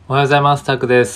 おはようございます。タクです。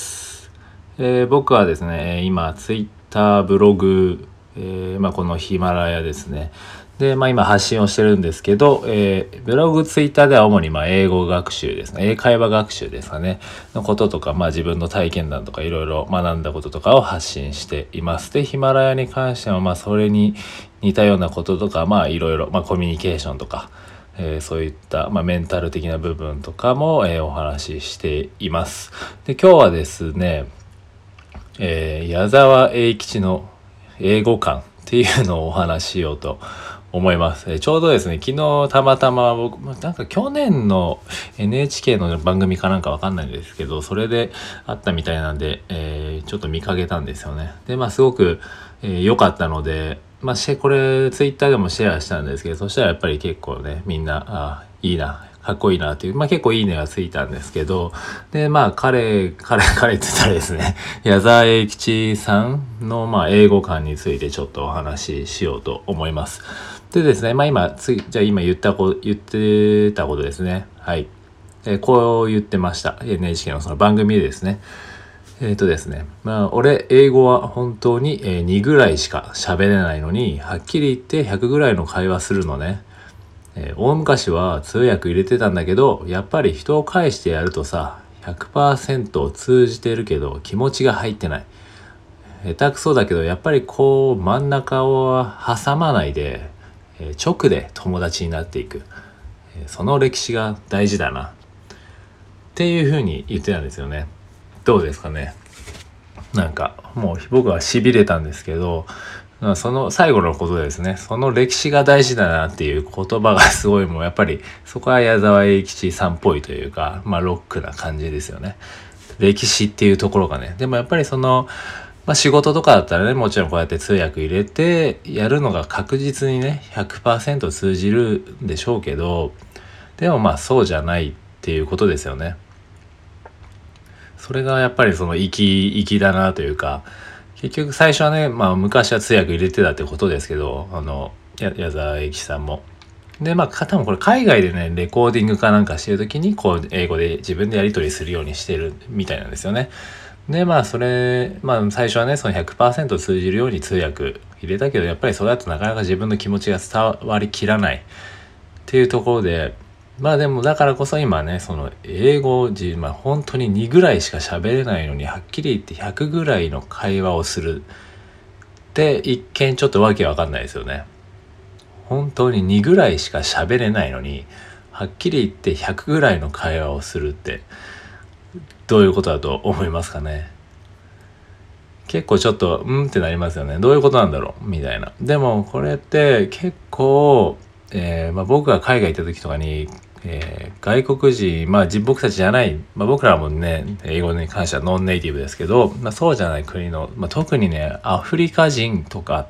僕はですね、今、ツイッター、ブログ、このヒマラヤですね。で、今発信をしてるんですけど、ブログ、ツイッターでは主に英語学習ですね。英会話学習ですかね。のこととか、自分の体験談とかいろいろ学んだこととかを発信しています。で、ヒマラヤに関しては、それに似たようなこととか、いろいろ、コミュニケーションとか、そういった、メンタル的な部分とかも、お話ししています。で、今日はですね、矢沢永吉の英語観っていうのをお話ししようと思います。ちょうどですね、昨日たまたま僕、なんか去年の NHK の番組かなんかわかんないんですけど、それであったみたいなんで、ちょっと見かけたんですよね。で、すごく良かったので、これツイッターでもシェアしたんですけど、そしたらやっぱり結構ね、みんな、いいな、かっこいいなっていう、結構いいねがついたんですけど、で、彼って言ったらですね、矢沢永吉さんの、英語観についてちょっとお話ししようと思います。でですね、じゃあ今言ってたことですね。はい。こう言ってました。NHK のその番組でですね。ですね。俺、英語は本当に2ぐらいしか喋れないのに、はっきり言って100ぐらいの会話するのね。大昔は通訳入れてたんだけど、やっぱり人を介してやるとさ、100% 通じてるけど気持ちが入ってない。下手くそだけど、やっぱりこう真ん中を挟まないで、直で友達になっていく。その歴史が大事だな。っていうふうに言ってたんですよね。どうですかね。なんかもう僕は痺れたんですけど、その最後のことですね。その歴史が大事だなっていう言葉がすごいもうやっぱりそこは矢沢永吉さんっぽいというか、ロックな感じですよね。歴史っていうところがね。でもやっぱりその、仕事とかだったらね、もちろんこうやって通訳入れてやるのが確実にね、100% 通じるんでしょうけど、でもそうじゃないっていうことですよね。それがやっぱりその粋だなというか、結局最初はね、昔は通訳入れてたってことですけど、矢沢永吉さんも。で、多分これ海外でね、レコーディングかなんかしてる時に、こう、英語で自分でやり取りするようにしてるみたいなんですよね。で、最初はね、その100% 通じるように通訳入れたけど、やっぱりそれだとなかなか自分の気持ちが伝わりきらないっていうところで、でもだからこそ今ね、その英語本当に2ぐらいしか喋れないのに、はっきり言って100ぐらいの会話をするって一見ちょっとわけわかんないですよね。本当に2ぐらいしか喋れないのに、はっきり言って100ぐらいの会話をするってどういうことだと思いますかね。結構ちょっとってなりますよね。どういうことなんだろうみたいな。でもこれって結構、僕が海外行った時とかに、外国人、僕たちじゃない、僕らもね、英語に関してはノンネイティブですけど、そうじゃない国の、特にね、アフリカ人とかって、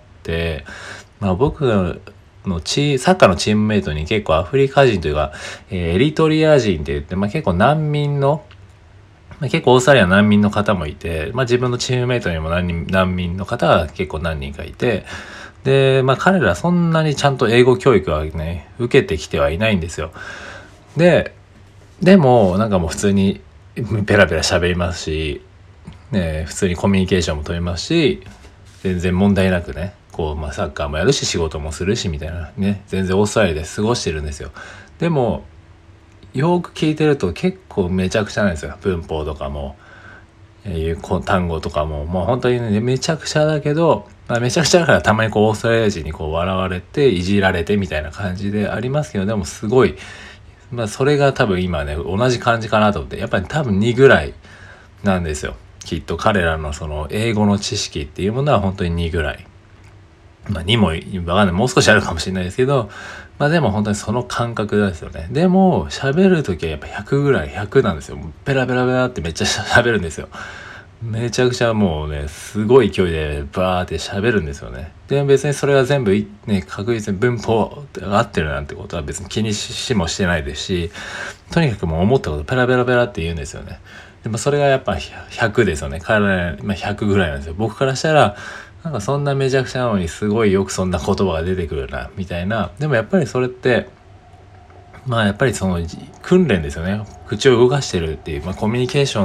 僕のサッカーのチームメイトに結構アフリカ人というか、エリトリア人って言って、結構難民の、結構オーストラリア難民の方もいて、自分のチームメイトにも難民の方が結構何人かいて、で、彼らそんなにちゃんと英語教育はね、受けてきてはいないんですよ。でも、なんかもう普通にペラペラ喋りますし、ね、普通にコミュニケーションも取れますし、全然問題なくね、こう、サッカーもやるし、仕事もするし、みたいなね、全然オーストラリアで過ごしてるんですよ。でも、よく聞いてると結構めちゃくちゃなんですよ。文法とかも、いう単語とかも、もう本当にね、めちゃくちゃだけど、めちゃくちゃだからたまにこうオーストラリア人にこう笑われて、いじられてみたいな感じでありますけど、でもすごい、それが多分今ね、同じ感じかなと思って、やっぱり多分2ぐらいなんですよ。きっと彼らのその英語の知識っていうものは本当に2ぐらい。2もわかんない。もう少しあるかもしれないですけど、でも本当にその感覚ですよね。でも、喋るときはやっぱ100ぐらい、100なんですよ。ペラペラペラってめっちゃ喋るんですよ。めちゃくちゃもうね、すごい勢いでバーって喋るんですよね。で、別にそれが全部ね、確実に文法が合ってるなんてことは別に気にしもしてないですし、とにかくもう思ったことペラペラペラって言うんですよね。でもそれがやっぱ100ですよね。彼ら、100ぐらいなんですよ。僕からしたら、なんかそんなめちゃくちゃなのにすごいよくそんな言葉が出てくるな、みたいな。でもやっぱりそれって、やっぱりその訓練ですよね。口を動かしてるっていう、コミュニケーション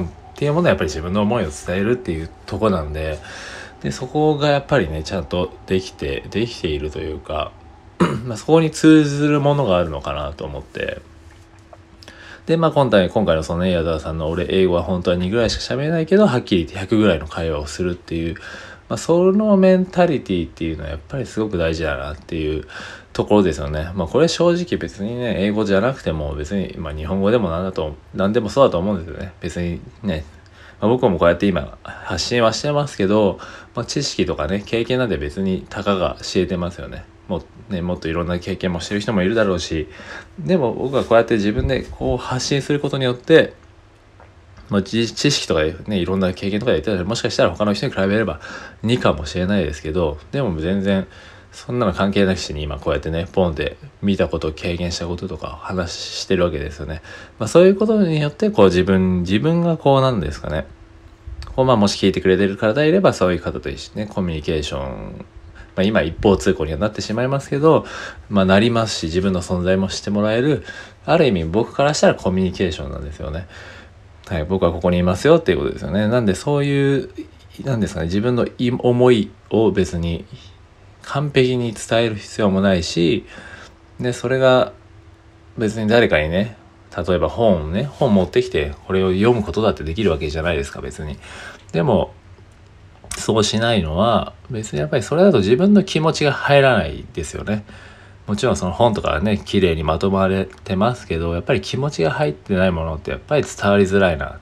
っていうものはやっぱり自分の思いを伝えるっていうとこなんで、そこがやっぱりねちゃんとできているというかそこに通ずるものがあるのかなと思って、で今回のその矢沢さんの俺英語は本当は2ぐらいしか喋れないけどはっきり言って100ぐらいの会話をするっていう、そのメンタリティっていうのはやっぱりすごく大事だなっていうところですよね。これ正直別にね英語じゃなくても別に日本語でも何でもそうだと思うんですよね。別にね、僕もこうやって今発信はしてますけど、知識とかね経験なんて別にたかが知れてますよね。もっといろんな経験もしてる人もいるだろうし、でも僕はこうやって自分でこう発信することによって、知識とかねいろんな経験とかで言ってたらもしかしたら他の人に比べれば2かもしれないですけど、でも全然そんなの関係なしに今こうやってねポンって見たこと経験したこととか話してるわけですよね。そういうことによってこう自分がこうなんですかね、もし聞いてくれてる方いればそういう方と一緒にねコミュニケーション、今一方通行にはなってしまいますけど、なりますし自分の存在もしてもらえる、ある意味僕からしたらコミュニケーションなんですよね。はい、僕はここにいますよっていうことですよね。なんでそういうなんですかね、自分の思いを別に完璧に伝える必要もないし、でそれが別に誰かにね、例えば本持ってきてこれを読むことだってできるわけじゃないですか別に。でもそうしないのは別にやっぱりそれだと自分の気持ちが入らないですよね。もちろんその本とかね綺麗にまとまれてますけど、やっぱり気持ちが入ってないものってやっぱり伝わりづらいなって、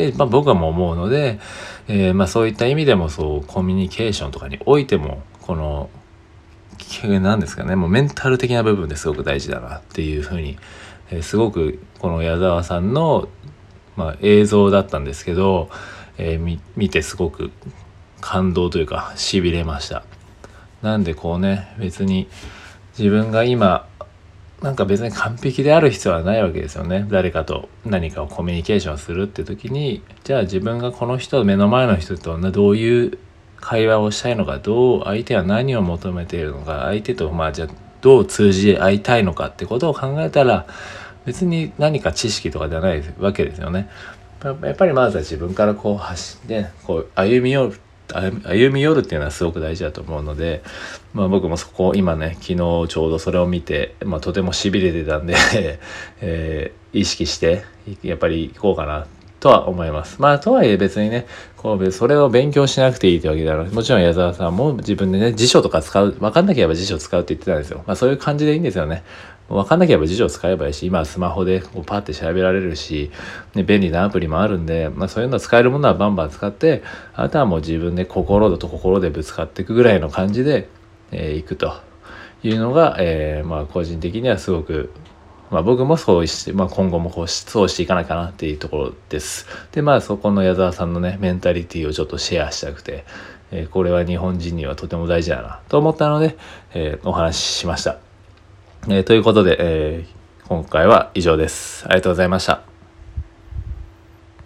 僕はもう思うので、そういった意味でもそうコミュニケーションとかにおいてもこのなんですかね、もうメンタル的な部分ですごく大事だなっていうふうに、すごくこの矢沢さんの、映像だったんですけど、見てすごく感動というか痺れました。なんでこうね別に自分が今別に完璧である必要はないわけですよね。誰かと何かをコミュニケーションするって時に、じゃあ自分がこの人目の前の人とどういう会話をしたいのか、相手は何を求めているのか、相手とじゃあどう通じ合いたいのかってことを考えたら、別に何か知識とかじゃないわけですよね。やっぱりまずは自分からこう走ってこう歩み寄るっていうのはすごく大事だと思うので、僕もそこ今ね昨日ちょうどそれを見て、とても痺れてたんで、意識してやっぱり行こうかなとは思います。とはいえ別にねそれを勉強しなくていいってわけだから、もちろん矢沢さんも自分でね辞書とか使う、分かんなければ辞書使うって言ってたんですよ。そういう感じでいいんですよね。分かんなければ辞書を使えばいいし、今はスマホでこうパッて調べられるし、便利なアプリもあるんで、そういうの使えるものはバンバン使って、あとはもう自分で心と心でぶつかっていくぐらいの感じで、いくというのが、個人的にはすごく、僕もそうして、今後もそうしていかないかなっていうところです。でそこの矢沢さんのねメンタリティをちょっとシェアしたくて、これは日本人にはとても大事だなと思ったので、お話ししました。ということで、今回は以上です。ありがとうございました。